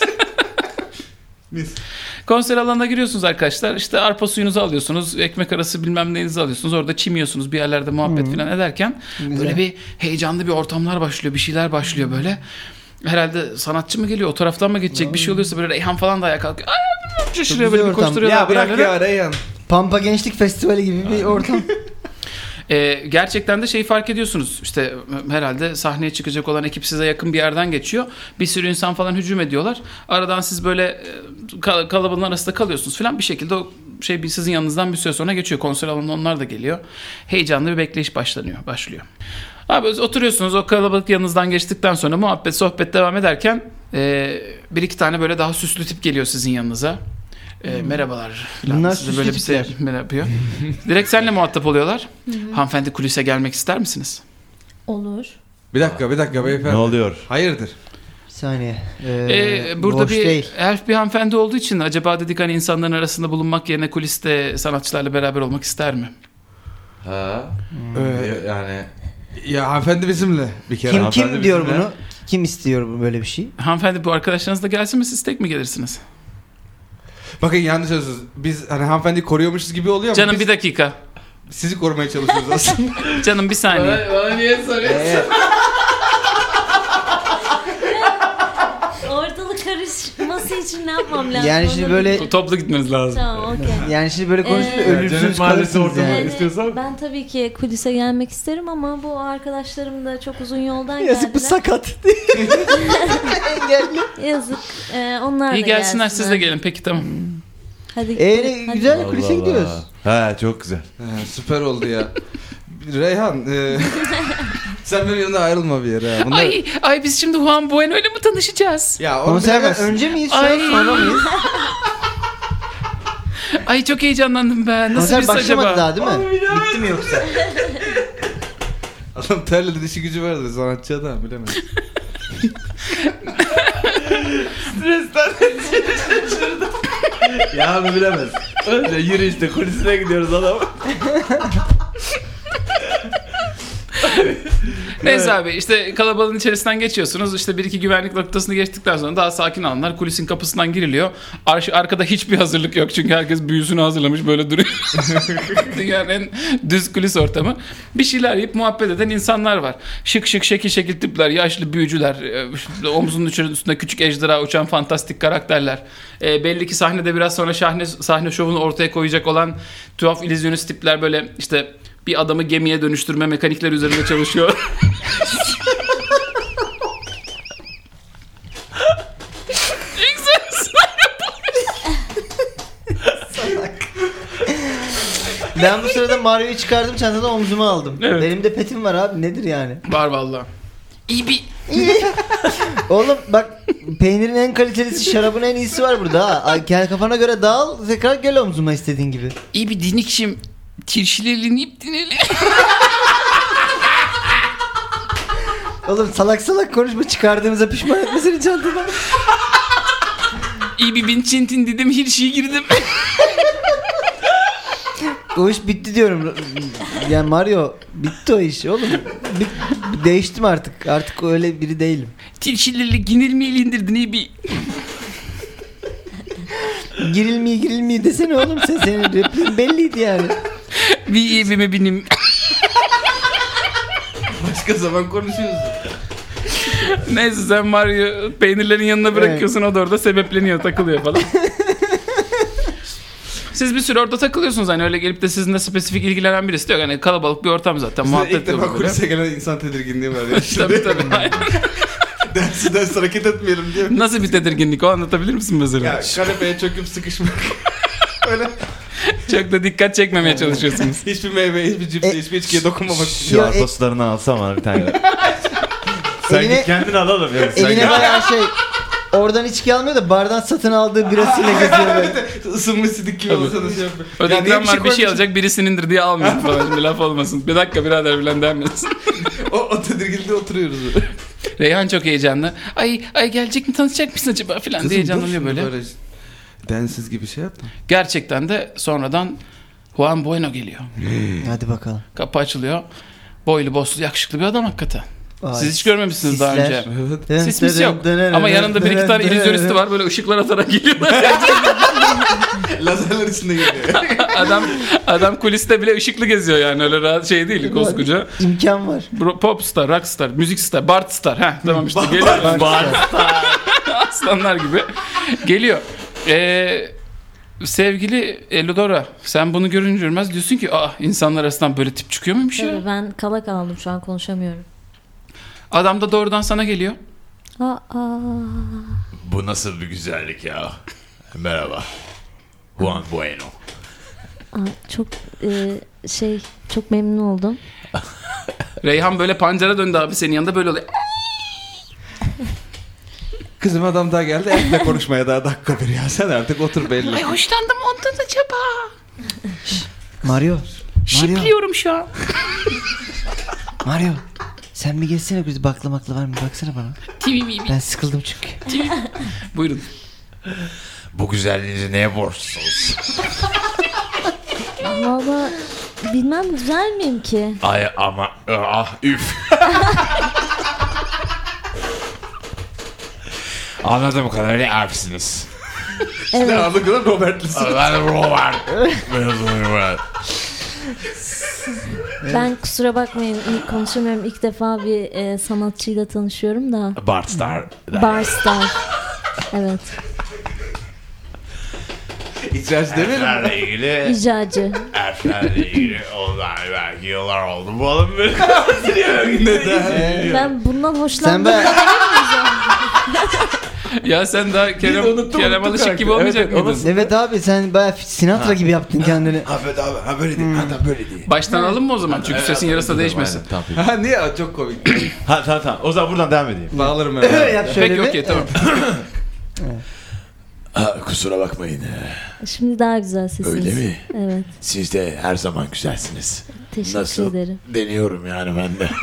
Mis. Konser alanına giriyorsunuz arkadaşlar. İşte arpa suyunuzu alıyorsunuz. Ekmek arası bilmem neyinizi alıyorsunuz. Orada çim yiyorsunuz. Bir yerlerde muhabbet falan ederken Güzel. böyle bir heyecanlı bir ortamlar başlıyor. Bir şeyler başlıyor böyle. Herhalde sanatçı mı geliyor? O taraftan mı geçecek? Bir şey oluyorsa böyle Reyhan falan da ayağa kalkıyor. Ay şuraya böyle güzel bir ortam. koşturuyorlar Ya bir bırak yerlere. ya Reyhan. Pampa Gençlik Festivali gibi bir ortam. Ee, gerçekten de şeyi fark ediyorsunuz. İşte herhalde sahneye çıkacak olan ekip size yakın bir yerden geçiyor. Bir sürü insan falan hücum ediyorlar. Aradan siz böyle e, kal- kalabalığın arasında kalıyorsunuz falan. Bir şekilde o şey bir sizin yanınızdan bir süre sonra geçiyor. Konser alanında onlar da geliyor. Heyecanlı bir bekleyiş başlanıyor, başlıyor. Abi oturuyorsunuz o kalabalık yanınızdan geçtikten sonra muhabbet sohbet devam ederken e, bir iki tane böyle daha süslü tip geliyor sizin yanınıza. E, merhabalar falan. Bunlar Size süslü böyle bir tipler. şey yapıyor. Direkt seninle muhatap oluyorlar. Hanımefendi kulise gelmek ister misiniz? Olur. Bir dakika bir dakika beyefendi. Ne oluyor? Hayırdır? Bir saniye. Ee, Ee, burada boş bir değil. elf bir hanımefendi olduğu için acaba dedik hani insanların arasında bulunmak yerine kuliste sanatçılarla beraber olmak ister mi? Ha? Ee, Yani Ya hanımefendi bizimle bir kere. Kim hanımefendi kim diyor bizimle. bunu? Kim istiyor bu böyle bir şey? Hanımefendi bu arkadaşlarınız da gelsin mi siz tek mi gelirsiniz? Bakın yanlış söylüyorsunuz. Biz hani hanımefendiyi koruyormuşuz gibi oluyor ama Canım biz bir dakika. sizi korumaya çalışıyoruz aslında. Canım bir saniye. Bana niye soruyorsun? Ortalık karışması için ne yapmam lazım? Yani şimdi Onu böyle bir- Toplu gitmeniz lazım. Tamam okey. yani şimdi böyle konuşunca Ee, ölümsüz Cennet Mahallesi kalırsınız ortamı. yani. Yani istiyorsan- ben tabii ki kulise gelmek isterim ama bu arkadaşlarım da çok uzun yoldan Yazık bu geldiler. sakat. Engelli. Yazık. Ee, onlar İyi da gelsinler siz de gelin peki tamam. Hadi Ee, gidelim, hadi. güzel kulise Allah gidiyoruz. Allah. He çok güzel. He, süper oldu ya. Reyhan e, sen benim yanımda ayrılma bir yere. Ha. Bunlar... Ay ay biz şimdi Juan Bueno ile mi tanışacağız? Ya onu Konserden bilemezsin. önce miyiz şu an Ay. sonra mıyız? Ay çok heyecanlandım ben. Nasıl Konser biz başlamadı acaba? daha değil mi? Bitti mi yoksa? Adam terledi işi gücü vardır sanatçı adam bilemez. Ya abi bilemez. Öyle yürü işte kulisine gidiyoruz adam. Neyse abi işte kalabalığın içerisinden geçiyorsunuz. İşte bir iki güvenlik noktasını geçtikten sonra daha sakin alanlar kulisin kapısından giriliyor. Ar- arkada hiçbir hazırlık yok çünkü herkes büyüsünü hazırlamış böyle duruyor. Dünyanın en düz kulis ortamı. Bir şeyler yiyip muhabbet eden insanlar var. Şık şık şekil şekil tipler, yaşlı büyücüler, e, omzunun üstünde küçük ejderha uçan fantastik karakterler. E, belli ki sahnede biraz sonra sahne, sahne şovunu ortaya koyacak olan tuhaf illüzyonist tipler böyle işte bir adamı gemiye dönüştürme mekanikleri üzerinde çalışıyor. Ben bu sırada Mario'yu çıkardım çantadan omzuma aldım. Evet. Benim de petim var abi nedir yani? Var valla. İyi bir... Oğlum bak peynirin en kalitelisi şarabın en iyisi var burada ha. Ay, gel kafana göre dağıl tekrar gel omzuma istediğin gibi. İyi bir dinikşim. Tirşilerini ip dineli. Oğlum salak salak konuşma, çıkardığımıza pişman etme seni çantadan. İyi bir bin çintin dedim, her şeye girdim. O iş bitti diyorum. Yani Mario bitti o iş oğlum. Bit- değiştim artık. Artık öyle biri değilim. Tilşilerle ginilmeyi indirdin iyi bir. Girilmeyi girilmeyi desene oğlum sen, senin repliğin belliydi yani. Bir evime binim. Başka zaman konuşuyoruz. Neyse sen Mario peynirlerin yanına bırakıyorsun, o da orada sebepleniyor, takılıyor falan. Siz bir süre orada takılıyorsunuz, hani öyle gelip de sizinle spesifik ilgilenen birisi de yok. Hani kalabalık bir ortam zaten, İlk muhabbet defa yok böyle. kulise gelen insan tedirginliği var ya. Tabii tabii. Aynen. Dersi ders hareket etmeyelim diye. Nasıl bir tedirginlik o, anlatabilir misin mesela? Ya kanepeye çöküp sıkışmak. Öyle. Çok da dikkat çekmemeye çalışıyorsunuz. Hiçbir meyve, hiçbir cipse, E, hiçbir içkiye dokunmamak için. Şu Yo, e- arpaslarından alsam bana bir tane. Sen Eline- git kendin al oğlum. Ya, sen Eline gel. bayağı şey, oradan içki almıyor da bardan satın aldığı birasıyla geziyor böyle. Isınmış sidik gibi olsanız şey yapıyor. Ötekinden var bir şey koymuş- alacak, birisinindir diye almıyor falan. Şimdi laf olmasın. Bir dakika birader bilen denmesin. O, o tedirginliğe oturuyoruz. Reyhan çok heyecanlı. Ay ay gelecek mi, tanışacak mısın acaba falan diye heyecanlanıyor böyle. böyle densiz gibi şey yapma. Gerçekten de sonradan Juan Bueno geliyor. Hadi bakalım. Kapı açılıyor. Boylu boslu yakışıklı bir adam hakikaten. Vay, Siz hiç görmemişsiniz daha sisler. önce. Evet. Sis mis yok. Ama yanında bir iki tane illüzyonisti var, böyle ışıklar atarak geliyorlar. Lazerler içinde geliyor. adam adam kuliste bile ışıklı geziyor yani, öyle rahat şey değil koskoca. İmkan var. Bro, pop star, rock star, müzik star, Bart star. Heh, tamam işte Bart- geliyor. Bart Aslanlar gibi geliyor. Ee, sevgili Elodora, sen bunu görünce görmez diyorsun ki, aa, insanlar arasından böyle tip çıkıyor muymuş ya? Tabii ben kala kaldım, şu an konuşamıyorum. Adam da doğrudan sana geliyor. Aa, Bu nasıl bir güzellik ya. Merhaba. Juan Bueno. aa, çok e, şey çok memnun oldum. Reyhan böyle pancara döndü abi senin yanında, böyle oluyor. Kızım adam daha geldi. Etle konuşmaya daha dakika bir ya. Sen artık otur belli. Ay hoşlandım ondan acaba. Mario. Mario. Şipliyorum şu an. Mario. Sen bir geçsene, biz bakla makla var mı? Baksana bana. Tivi mi? Ben sıkıldım çünkü. Buyurun. Bu güzelliğinizi neye borçlusunuz? Valla bilmem, güzel miyim ki? Ay ama ah üf. Anladığım kadarıyla erfsiniz. Evet. Anlıkla Robert'lisin. Ben Robert. Ben Ben kusura bakmayın, ilk konuşamıyorum. İlk defa bir e, sanatçıyla tanışıyorum da. Bart Star. Barstar. Evet. İcracı demeyelim mi? Erflerle ilgili İcracı. Erflerle ilgili onlar belki yıllar oldu. Bu adam böyle Neden? Ben bundan Sen hoşlandım. be. Ya sen daha Biz Kerem, unuttuk, Kerem unuttuk Alışık artık. gibi olmayacak Evet, mıydın? Evet abi, sen bayağı Sinatra gibi yaptın kendini. Abi abi ha böyle değil. Hatta böyle değil. Baştan alalım mı o zaman? Çünkü sesin yarısı değişmesin. Tamam. Ha niye? Çok komik. Ha tamam tamam. O zaman buradan devam edeyim. Bağlarım hemen. Yap şöyle Peki bir. okey tamam. Ha, kusura bakmayın. Şimdi daha güzel sesiniz. Öyle mi? Evet. Siz de her zaman güzelsiniz. Teşekkür Nasıl? ederim. Deniyorum yani ben de.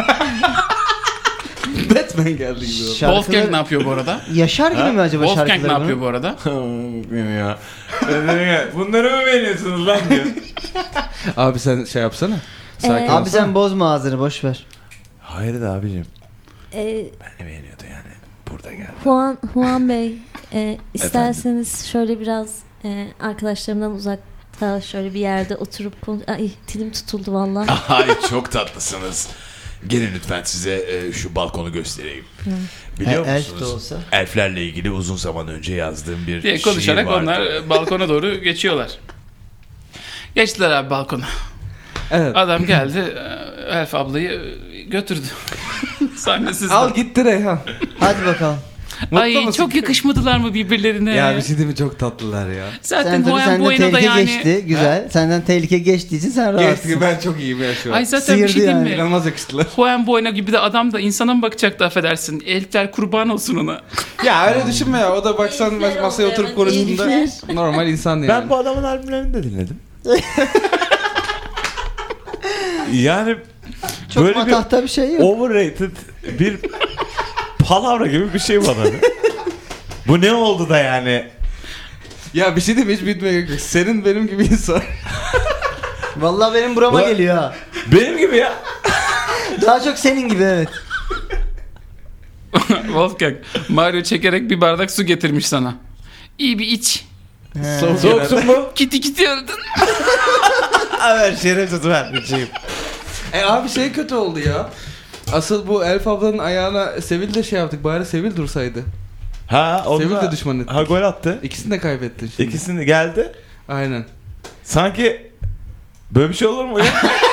Batman geldi gibi oldu. Şarkıları- Wolfgang ne yapıyor bu arada? Yaşar gibi mi acaba Wolfgang şarkıları ne bunun? yapıyor bu arada? ya. Bunları mı beğeniyorsunuz lan diyor. Abi sen şey yapsana. Sakin Ee, ol. Abi sen bozma ağzını, boş ver. Hayır da abicim. Ee, Ben de beğeniyordu yani. Burada geldi. Juan, Juan Bey, e, isterseniz şöyle biraz e, arkadaşlarımdan uzakta şöyle bir yerde oturup konuş... Ay dilim tutuldu valla. Ay çok tatlısınız. Gelin lütfen size e, şu balkonu göstereyim. Biliyor E, elf de musunuz? olsa. Elflerle ilgili uzun zaman önce yazdığım bir diye şiir konuşarak vardı. onlar e, balkona doğru geçiyorlar. Geçtiler abi balkona. Evet. Adam geldi, e, Elf ablayı e, götürdü. Sahnesiz. Al gitti Reyhan. Hadi bakalım. Ay Mutlu musun? çok yakışmadılar mı birbirlerine? Ya bir şey değil mi? Çok tatlılar ya. Zaten Sen tabii Juan senden Bueno da tehlike yani. geçti. Güzel. Senden tehlike geçtiği için sen rahatsın. Geçti, ben çok iyiyim ya şu an. Ay zaten bir Sıyırdı şey diyeyim yani. mi? İnanılmaz yakıştılar. Juan Bueno gibi de adam da insana mı bakacaktı, affedersin. Elfler kurban olsun ona. Ya öyle düşünme ya. O da baksan İyilikler masaya oldu, oturup evet, konuştuğunda iyilikler. normal insan yani. Ben bu adamın albümlerini de dinledim. Yani Çok Böyle bir matahta bir şey yok. overrated bir palavra gibi bir şey bana. Bu ne oldu da yani? Ya bir şey diyeyim, hiç bitmeye gerek yok. Senin benim gibi insan. Vallahi benim burama Ulan- geliyor ha. Benim gibi ya. Daha çok senin gibi evet. Wolfgang, Mario çekerek bir bardak su getirmiş sana. İyi bir iç. He. Soğuksun mu? Kiti kiti aradın. Evet, şerefsiz vermeyeceğim. E abi şey kötü oldu ya. Asıl bu Elf ablanın ayağına Sevil de şey yaptık. Bari Sevil dursaydı. Ha, onu Sevil da- de düşman etti. Ha, gol attı. İkisini de kaybettin şimdi. İkisini geldi. Aynen. Sanki böyle bir şey olur mu ya?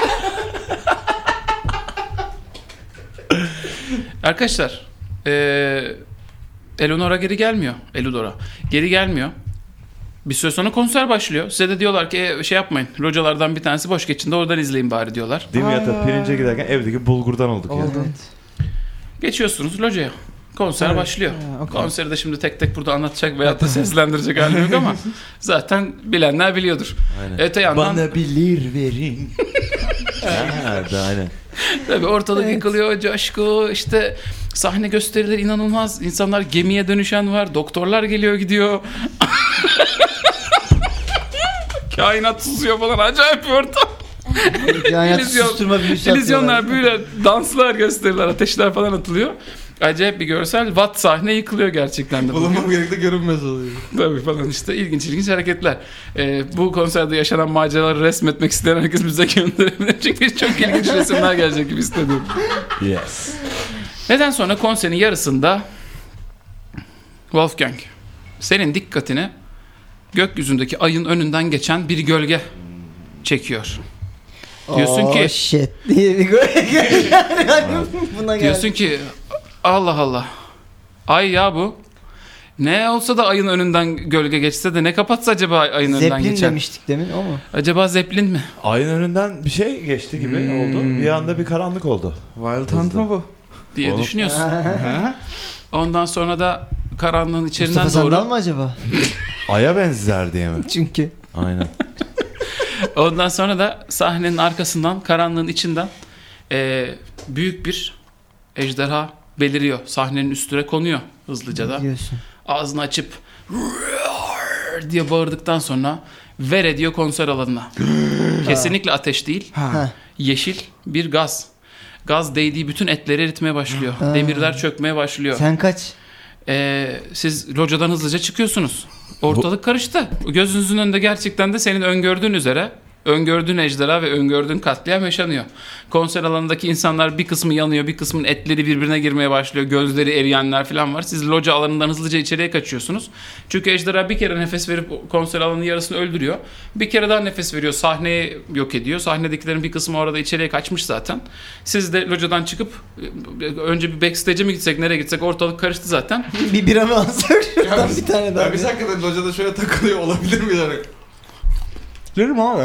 Arkadaşlar, eee Eleonora geri gelmiyor. Eludora. Geri gelmiyor. Bir süre sonra konser başlıyor. Size de diyorlar ki e, şey yapmayın. Localardan bir tanesi boş, geçin de oradan izleyin bari diyorlar. Dimyat'a pirince giderken evdeki bulgurdan olduk ya. Oldu. Geçiyorsunuz locaya. Konser Evet. başlıyor. Ha, okey. Konseri de şimdi tek tek burada anlatacak veyahut da seslendirecek halim yok ama zaten bilenler biliyordur. Aynen. Öte yandan bilir verin. Ha, da aynen. tabii ortalık Evet. yıkılıyor, coşku, işte sahne gösterileri inanılmaz. İnsanlar gemiye dönüşen var, doktorlar geliyor gidiyor. Kainat susuyor falan, acayip bir ortam. Yani İllüzyon- susturma büyüsü İllüzyonlar, atıyorlar. büyüler, danslar gösteriler, ateşler falan atılıyor. Acayip bir görsel. Watt sahne yıkılıyor gerçekten de. Bulunmam gerekti, görünmez oluyor. Tabii falan işte ilginç ilginç hareketler. Ee, bu konserde yaşanan maceraları resmetmek isteyen herkes bize gönderebilir. Çünkü çok ilginç resimler gelecek gibi hissediyorum. Yes. Neden sonra konserin yarısında Wolfgang, senin dikkatini gökyüzündeki ayın önünden geçen bir gölge çekiyor. Diyorsun Oh, ki shit diye bir gol. Yani buna geldi. diyorsun ki Allah Allah. Ay ya bu. Ne olsa da ayın önünden gölge geçse de ne kapatsa acaba ayın önünden Zeppelin geçen. demiştik demin o mu? Acaba Zeppelin mi? Ayın önünden bir şey geçti gibi Hmm. oldu. Bir anda bir karanlık oldu. Wild Hunt mı bu? diye Oğlum. düşünüyorsun. Ha? Ondan sonra da karanlığın içerinden Mustafa doğru. Sandal mı acaba? Aya benzer diye mi? Çünkü. Aynen. Ondan sonra da sahnenin arkasından, karanlığın içinden eee, büyük bir ejderha beliriyor. Sahnenin üstüne konuyor hızlıca da. Diyorsun. Ağzını açıp "Roar!" diye bağırdıktan sonra ver ediyor konser alanına. Kesinlikle ateş değil. Ha. Yeşil bir gaz. Gaz değdiği bütün etleri eritmeye başlıyor. Ha. Demirler çökmeye başlıyor. Sen kaç? Ee, siz locadan hızlıca çıkıyorsunuz. Ortalık karıştı. Gözünüzün önünde gerçekten de senin öngördüğün üzere öngördüğün ejderha ve öngördüğün katliam yaşanıyor. Konser alanındaki insanlar bir kısmı yanıyor, bir kısmının etleri birbirine girmeye başlıyor. Gözleri eriyenler falan var. Siz loca alanından hızlıca içeriye kaçıyorsunuz. Çünkü ejderha bir kere nefes verip konser alanının yarısını öldürüyor. Bir kere daha nefes veriyor, sahneyi yok ediyor. Sahnedekilerin bir kısmı orada içeriye kaçmış zaten. Siz de locadan çıkıp önce bir backstage'e mi gitsek, nereye gitsek, ortalık karıştı zaten. Bir bira mı alsak? Şuradan bir tane daha. Ya biz hakikaten locada şöyle takılıyor olabilir mi yani? Derim abi.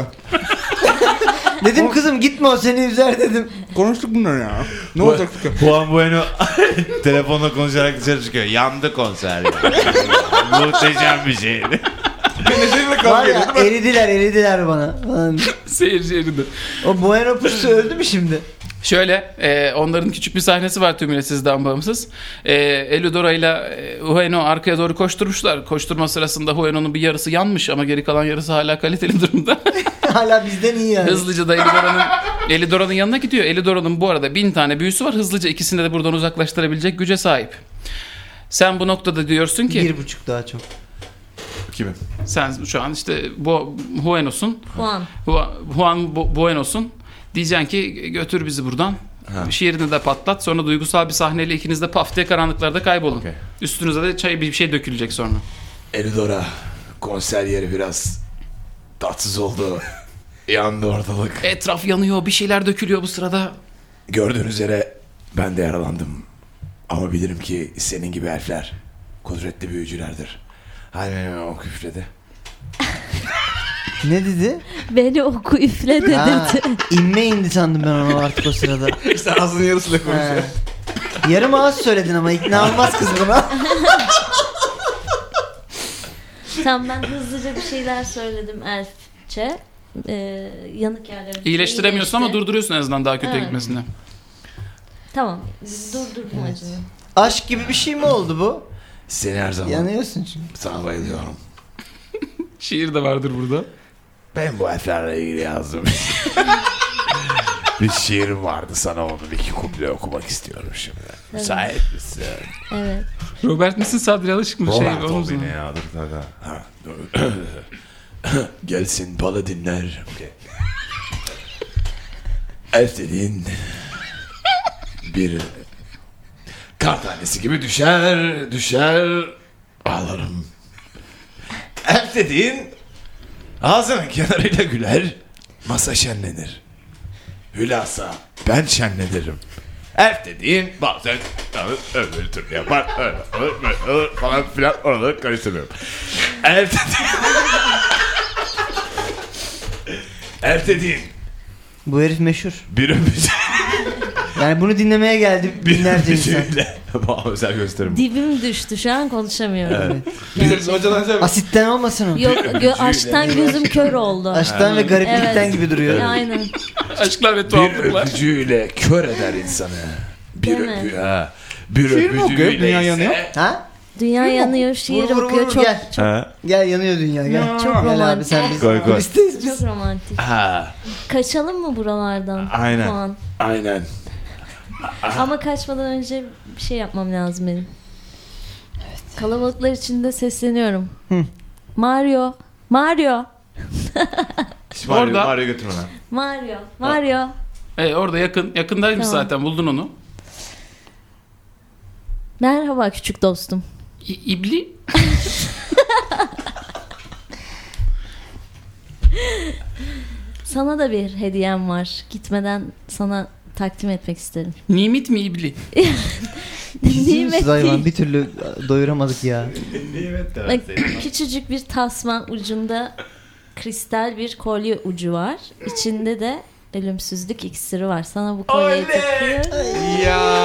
Dedim kızım gitme o seni üzer dedim. Konuştuk bunları ya. Ne olacak ki? Juan Bueno telefonla konuşarak dışarı çıkıyor. Yandı konser ya. Muhteşem bir şeydi. Menajerle Var kavga ya ediyor değil mi? eridiler eridiler bana. Falan. Seyirci eridi. O Bueno Pusu öldü mü şimdi? Şöyle, e, onların küçük bir sahnesi var tümüyle sizden bağımsız. E, Eludora ile e, Hueno arkaya doğru koşturmuşlar. Koşturma sırasında Hueno'nun bir yarısı yanmış ama geri kalan yarısı hala kaliteli durumda. Hala bizden iyi yani. Hızlıca da Elidora'nın Elidora'nın yanına gidiyor. Elidora'nın bu arada bin tane büyüsü var. Hızlıca ikisini de buradan uzaklaştırabilecek güce sahip. Sen bu noktada diyorsun ki Bir buçuk daha çok. Kimim? sen şu an işte bu Hueno'sun. Juan. Juan, Juan Bu- Bueno'sun. Diyeceksin ki götür bizi buradan. Ha. Şiirini de patlat. Sonra duygusal bir sahneyle ikiniz de paf diye karanlıklarda kaybolun. Okay. Üstünüze de çay bir şey dökülecek sonra. Elidora, konser yeri biraz tatsız oldu. Yandı ortalık. Etraf yanıyor, bir şeyler dökülüyor bu sırada. Gördüğünüz üzere ben de yaralandım. Ama bilirim ki senin gibi elfler kudretli büyücülerdir. Hani o küfredi. Ne dedi? Beni oku üfle Ha, dedi. inme indi sandım ben onu artık o sırada. İşte ağzının yarısıyla Ha. konuşuyor. Yarım ağız söyledin ama ikna olmaz kız buna. Tamam ben hızlıca bir şeyler söyledim elfçe. e, yanık yerlerin. İyileştiremiyorsun ama iyileşti. durduruyorsun en azından daha kötü Evet. gitmesini. Tamam. Durdurdum Evet. acını. Aşk gibi bir şey mi oldu bu? Seni her zaman Yanıyorsun çünkü. sana bayılıyorum. Şiir de vardır burada. Ben bu elflerle ilgili yazdım. Bir şiirim vardı, sana onu bir iki kuple okumak istiyorum şimdi. Müsait misin? Evet. Robert misin Sadri Alışık mı? Şey, Robert onun o zaman. beni ya. Dur, dur, dur. Ha, dur. Gelsin paladinler. Okay. Elf dediğin bir kar tanesi gibi düşer, düşer, ağlarım. Elf dediğin ağzının kenarıyla güler, masa şenlenir. Hülasa ben şenlenirim. Elf dediğin bazen öbür türlü yapar, öyle olur, böyle olur falan filan, oraları karıştırmıyorum. Elf dediğin... Elf dediğin Bu herif meşhur. bir öpücüğü, Yani bunu dinlemeye geldi bir binlerce insan. öpücüğüyle bana özel gösterim. Dibim düştü şu an konuşamıyorum. Bizim hocadan şey Asitten olmasın o. Yok gö- aşktan gözüm kör oldu. Aşktan ve gariplikten Evet. gibi duruyor. Aynen. Aşklar ve Bir tuhaflıklar. öpücüğüyle kör eder insanı. Bir Değil mi? öpücüğü ha. Bir Şiir mi okuyor? öpücüğüyle Dünya ise- yanıyor. Ha? Dünya yanıyor, şiir Vur, vur, okuyor. vur, çok gel. çok Ha? Gel yanıyor dünya gel. Çok Gel abi romantik. sen biz Koy, koy. kulisteyiz biz. çok romantik. Ha, Kaçalım mı buralardan? Aynen. Şu an. aynen. Ama kaçmadan önce bir şey yapmam lazım benim. Kalabalıklar içinde sesleniyorum. Hı. Mario, Mario, Mario, Orada- Mario götürme lan. Mario, Mario. E, orada yakın. Yakındaymış Tamam. zaten. Buldun onu. Merhaba küçük dostum. İ- İbli. Sana da bir hediyem var. Gitmeden sana takdim etmek isterim. Nimit mi İbli? Ciddi misiniz hayvan? değil. Bir türlü doyuramadık ya. Bak, küçücük bir tasma ucunda kristal bir kolye ucu var. İçinde de ölümsüzlük iksiri var. Sana bu kolyeyi takıyorum.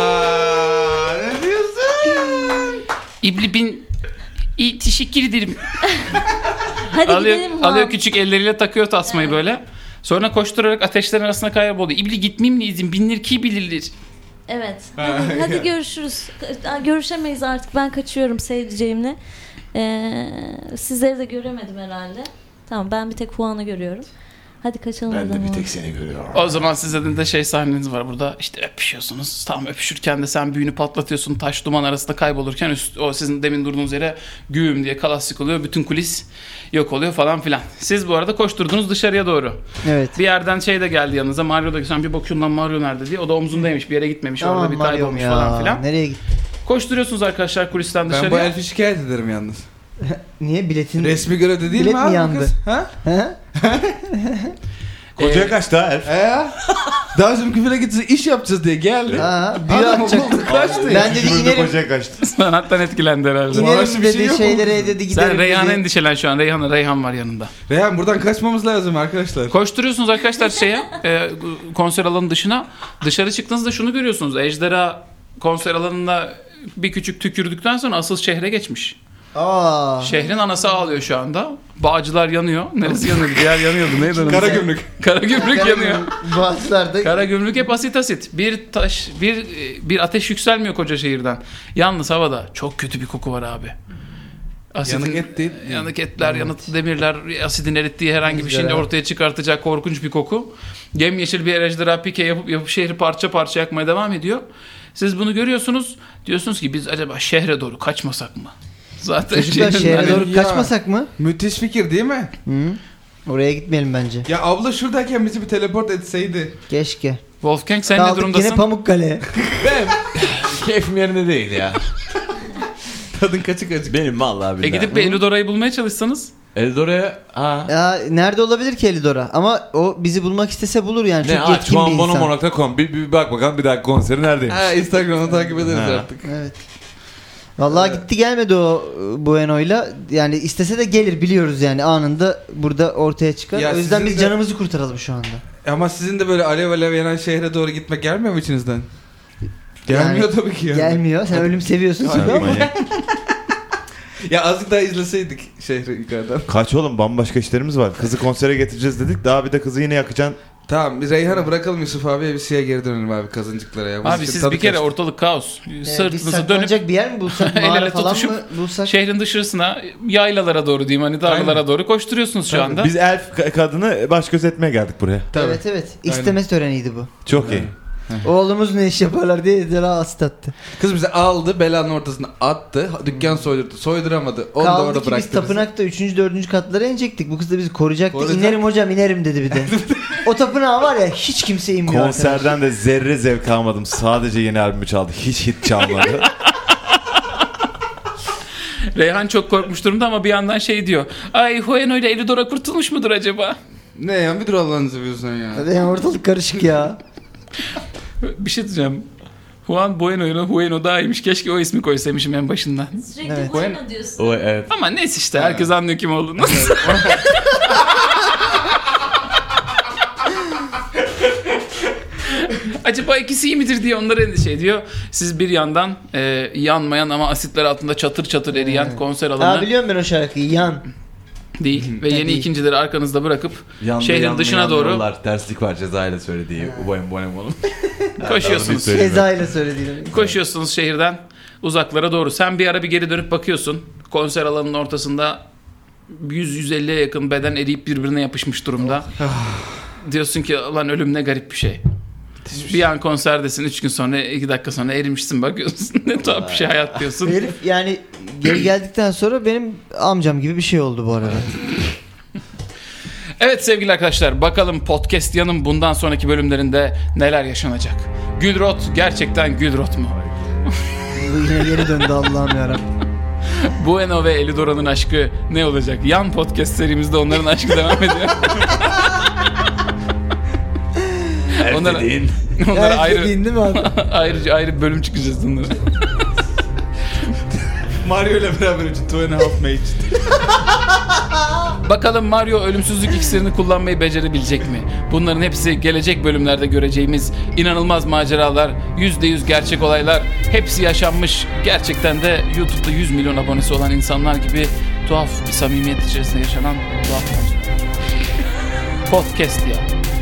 Ya ne diyorsun? İbli bin... İyi, teşekkür ederim. Hadi alıyor, gidelim. alıyor Muhammed. küçük elleriyle takıyor tasmayı böyle. Sonra koşturarak ateşlerin arasına kayboluyor. İbli gitmeyeyim lazım. Binler ki bilir. Evet. Hadi, hadi görüşürüz. Aa, Görüşemeyiz artık. Ben kaçıyorum sevdiceğimle. Ee, sizleri de göremedim herhalde. Tamam, ben bir tek Juan'ı görüyorum. Hadi kaçalım Ben de buradan bir Juan. tek seni görüyorum. O zaman sizde de şey sahneniz var burada. İşte öpüşüyorsunuz. Tam öpüşürken de sen büyünü patlatıyorsun. Taş duman arasında kaybolurken üst, o sizin demin durduğunuz yere güğüm diye kalastik oluyor. Bütün kulis yok oluyor falan filan. Siz bu arada koşturdunuz dışarıya doğru. Evet. Bir yerden şey de geldi yanınıza. Mario da sen bir bakıyorsun lan Mario nerede diye. O da omzundaymış. Bir yere gitmemiş. Orada Aman bir Mario'm kaybolmuş ya. falan filan. Nereye gitti? Koşturuyorsunuz arkadaşlar kulisten Ben bu dışarıya. elfi şikayet ederim yalnız. Niye biletin? Resmi görevde değil Bilet mi mi abi yandı? kız? Ha? Ha? Kocaya Ee, kaçtı ha elf. E ya? Daha şimdi küfüre gideceğiz, iş yapacağız diye geldi. Ha, büyü Adam atacak. buldu kaçtı. Ben dedi Burada inerim. kocaya kaçtı. Sanattan etkilendi herhalde. Ulan İnerim bir dedi şey yok şeylere mu? dedi giderim Sen Reyhan'a dedi. endişelen şu an. Reyhan, Reyhan var yanında. Reyhan buradan kaçmamız lazım arkadaşlar. Koşturuyorsunuz arkadaşlar şeye e, konser alanının dışına. Dışarı çıktığınızda şunu görüyorsunuz. Ejderha konser alanında bir küçük tükürdükten sonra asıl şehre geçmiş. Aa. Şehrin anası ağlıyor şu anda. Bağcılar yanıyor. Neresi yanıyordu? Bir yer yanıyordu. Neydi onun? Kara gümrük. Karagümrük yanıyor. Bazılarda Karagümrük hep asit asit. Bir taş, bir bir ateş yükselmiyor koca şehirden. Yalnız havada çok kötü bir koku var abi. Asidin, Yanık et değil. Yanık etler, yanık demirler, asidin erittiği herhangi bir şeyin Ejderha. ortaya çıkartacak korkunç bir koku. Yemyeşil bir ejderha pike yapıp, yapıp şehri parça parça yakmaya devam ediyor. Siz bunu görüyorsunuz. Diyorsunuz ki biz acaba şehre doğru kaçmasak mı? Zaten çocuklar şehrin- şehre hani- doğru Ya. kaçmasak mı? Müthiş fikir değil mi? Hı? Oraya gitmeyelim bence. Ya abla şuradayken bizi bir teleport etseydi. Keşke. Wolfgang sen ne Kaldık durumdasın? yine Pamukkale. Keyfim yerinde değil ya. Tadın kaçık acık. Benim vallahi billahi. E gidip bir Elidora'yı bulmaya çalışsanız. Eldora'ya ha. Ya nerede olabilir ki Elidora? Ama o bizi bulmak istese bulur yani. Ne Çok aç yetkin bir insan. mambono nokta com bir, bir bak bakalım bir dahaki konseri neredeymiş. Ha, Instagram'da takip ederiz Ha. artık. Evet. Vallahi gitti gelmedi o e, Bueno'yla. Yani istese de gelir biliyoruz yani anında burada ortaya çıkar. Ya o yüzden sizin biz de- canımızı kurtaralım şu anda. Ama sizin de böyle alev alev yanan şehre doğru gitmek gelmiyor mu içinizden? Gelmiyor Yani tabii ki ya. Gelmiyor. Sen ölüm seviyorsun çünkü ama. Manyak. Ya azıcık daha izleseydik şehri yukarıdan. Kaç oğlum, bambaşka işlerimiz var. Kızı konsere getireceğiz dedik. Daha bir de kızı yine yakacaksın. Tamam, bir Reyhan'a bırakalım, Yusuf abiye bir şeye geri dönelim abi, kazıncıklara ya. Abi siz bir kere ortalık kaos. Ee, biz Sırtınızı dönüp saklanacak bir yer mi bulsak? el ele Mağara falan tutuşup mı bulsak? şehrin dışarısına, yaylalara doğru diyeyim, hani dağlara Aynen. doğru koşturuyorsunuz şu anda. Biz elf ka- kadını baş göz etmeye geldik buraya. Tabii. Evet evet. İsteme töreniydi bu. Çok iyi. Oğlumuz ne iş yaparlar diye Ejderha asit attı. Kız bizi aldı, belanın ortasına attı, dükkan soydurdu, soyduramadı. Onu da Kaldı orada ki biz bıraktı bizi. tapınakta üçüncü dördüncü katlara inecektik. Bu kız da bizi koruyacaktı. Koruyacak. İnerim hocam inerim dedi bir de. O tapınağa var ya hiç kimse inmiyor. Konserden de zerre zevk almadım. Sadece yeni albümü çaldı. Hiç hit çalmadı. Reyhan çok korkmuş durumda ama bir yandan şey diyor. Ay Hueno ile Elidor'a kurtulmuş mudur acaba? Ne ya, bir dur Allah'ını seviyorsun ya. Hadi yani ortalık karışık ya. Bir şey diyeceğim. Juan Bueno'yla Hueno daha iyiymiş. Keşke o ismi koysaymışım en başından. Sürekli Evet. bueno diyorsun. O evet. Ama neyse işte herkes anlıyor kim olduğunu. Acaba ikisi iyi midir diye onları endişe ediyor. Siz bir yandan e, yanmayan ama asitler altında çatır çatır eriyen Evet. konser Aa alanı biliyorum ben o şarkıyı. Yan. değil. Ve yeni Değil. ikincileri arkanızda bırakıp Yandı, şehrin yandı, dışına yandı doğru yollar. Terslik var Cezayir'le söylediği. Boyun boyun boyun. koşuyorsunuz. Söyleyeyim. Eza ile söylediğim. Koşuyorsunuz şehirden uzaklara doğru. Sen bir ara bir geri dönüp bakıyorsun. Konser alanının ortasında yüz yüz elliye yakın beden eriyip birbirine yapışmış durumda. Diyorsun ki lan ölüm ne garip bir şey. Bir an konserdesin, üç gün sonra, iki dakika sonra erimişsin, bakıyorsun. Ne tuhaf bir şey hayat diyorsun. Herif yani geri geldikten sonra benim amcam gibi bir şey oldu bu arada. Evet sevgili arkadaşlar, bakalım Podcast Yan'ın bundan sonraki bölümlerinde neler yaşanacak? Gülrot gerçekten Gülrot mu? Bu yine geri döndü Allah'ım yarabbim. Bueno ve Elidora'nın aşkı ne olacak? Yan podcast serimizde onların aşkı devam ediyor. Onlara, Dediğin. onlara Yani ayrı, dediğin değil mi abi? ayrı ayrı bir bölüm çıkacağız onlara. Mario ile beraber için Two and a Half Mage. Bakalım Mario ölümsüzlük iksirini kullanmayı becerebilecek mi? Bunların hepsi gelecek bölümlerde göreceğimiz inanılmaz maceralar, yüzde yüz gerçek olaylar, hepsi yaşanmış. Gerçekten de YouTube'da yüz milyon abonesi olan insanlar gibi tuhaf bir samimiyet içerisinde yaşanan tuhaf macera. Podcast ya.